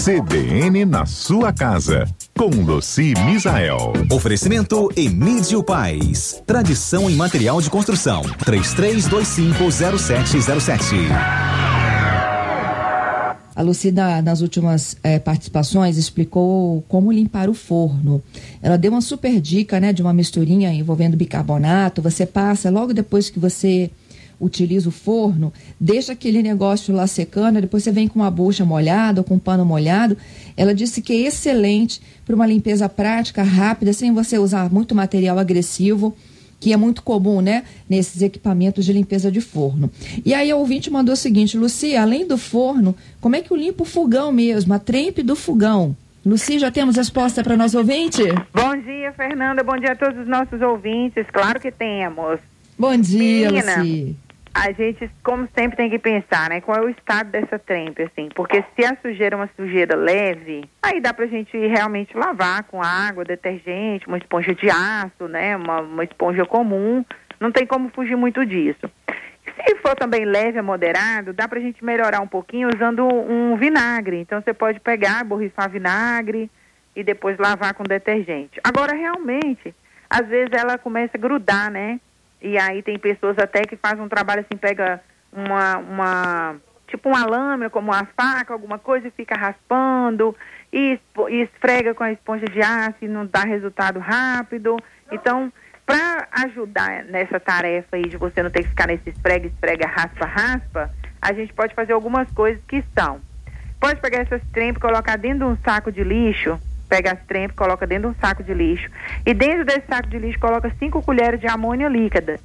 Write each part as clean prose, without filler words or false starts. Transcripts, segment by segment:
CBN na sua casa, com Lucy Misael. Oferecimento Emídio Paz. Tradição em material de construção. 33250707. A Lucy, nas últimas participações, explicou como limpar o forno. Ela deu uma super dica, né, de uma misturinha envolvendo bicarbonato. Você passa logo depois que você utiliza o forno, deixa aquele negócio lá secando, depois você vem com uma bucha molhada ou com um pano molhado. Ela disse que é excelente para uma limpeza prática, rápida, sem você usar muito material agressivo, que é muito comum, né, nesses equipamentos de limpeza de forno. E aí a ouvinte mandou o seguinte: Lucy, além do forno, como é que eu limpo o fogão mesmo, a trempe do fogão? Lucy, já temos resposta para nosso ouvinte? Bom dia, Fernanda, bom dia a todos os nossos ouvintes, claro que temos. Bom dia, Menina, Lucy. A gente, como sempre, tem que pensar, né, qual é o estado dessa trempe, assim, porque se a sujeira é uma sujeira leve, aí dá pra gente realmente lavar com água, detergente, uma esponja de aço, né, uma esponja comum, não tem como fugir muito disso. Se for também leve a moderado, dá pra gente melhorar um pouquinho usando um vinagre. Então você pode pegar, borrifar vinagre e depois lavar com detergente. Agora, realmente, às vezes ela começa a grudar, né? E aí tem pessoas até que fazem um trabalho assim, pega tipo uma lâmina, como uma faca, alguma coisa, e fica raspando, e esfrega com a esponja de aço e não dá resultado rápido. Então, para ajudar nessa tarefa aí de você não ter que ficar nesse esfrega, raspa, a gente pode fazer algumas coisas que são: pode pegar essas trempas, colocar dentro de um saco de lixo, pega as trempas, coloca dentro de um saco de lixo, e dentro desse saco de lixo coloca 5 colheres de amônia líquida.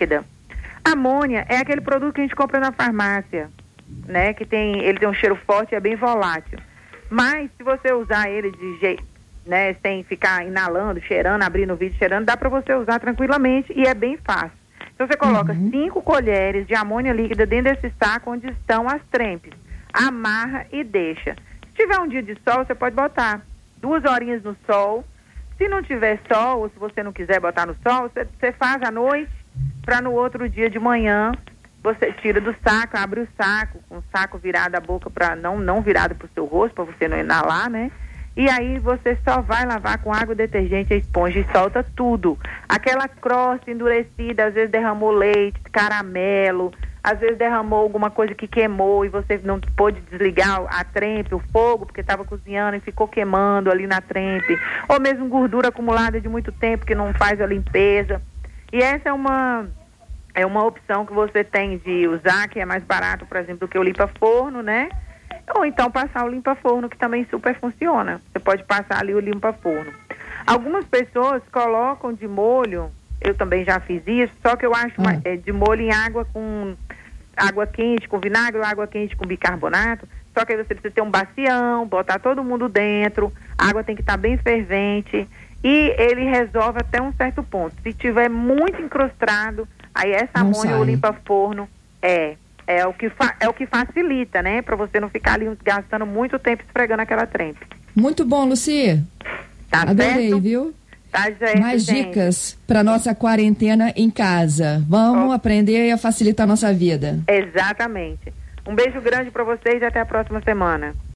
Amônia é aquele produto que a gente compra na farmácia, né, que ele tem um cheiro forte e é bem volátil. Mas se você usar ele de jeito, né, sem ficar inalando, cheirando, abrindo o vidro, cheirando, dá para você usar tranquilamente e é bem fácil. Então você coloca 5 colheres de amônia líquida dentro desse saco onde estão as trempes, amarra e deixa. Se tiver um dia de sol, você pode botar 2 horinhas no sol. Se não tiver sol, ou se você não quiser botar no sol, você faz à noite, para no outro dia de manhã você tira do saco, abre o saco, com o saco virado a boca, para não virado para o seu rosto, para você não inalar, né? E aí você só vai lavar com água, detergente, a esponja e solta tudo. Aquela crosta endurecida, às vezes derramou leite, caramelo, às vezes derramou alguma coisa que queimou e você não pôde desligar a trempe, o fogo, porque estava cozinhando e ficou queimando ali na trempe. Ou mesmo gordura acumulada de muito tempo que não faz a limpeza. E essa é uma opção que você tem de usar, que é mais barato, por exemplo, do que o limpa-forno, né? Ou então passar o limpa-forno, que também super funciona. Você pode passar ali o limpa-forno. Algumas pessoas colocam de molho, eu também já fiz isso, só que eu acho de molho em água com água quente com vinagre ou água quente com bicarbonato. Só que aí você precisa ter um bacião, botar todo mundo dentro, a água tem que estar bem fervente e ele resolve até um certo ponto. Se tiver muito encrustado, aí essa amônia ou limpa-forno é o que facilita, né? Para você não ficar ali gastando muito tempo esfregando aquela trempe. Muito bom, Lucy. Tá Adorei, certo? viu? Tá certo, mais gente. Dicas para nossa quarentena em casa. Vamos aprender a facilitar a nossa vida. Exatamente. Um beijo grande para vocês e até a próxima semana.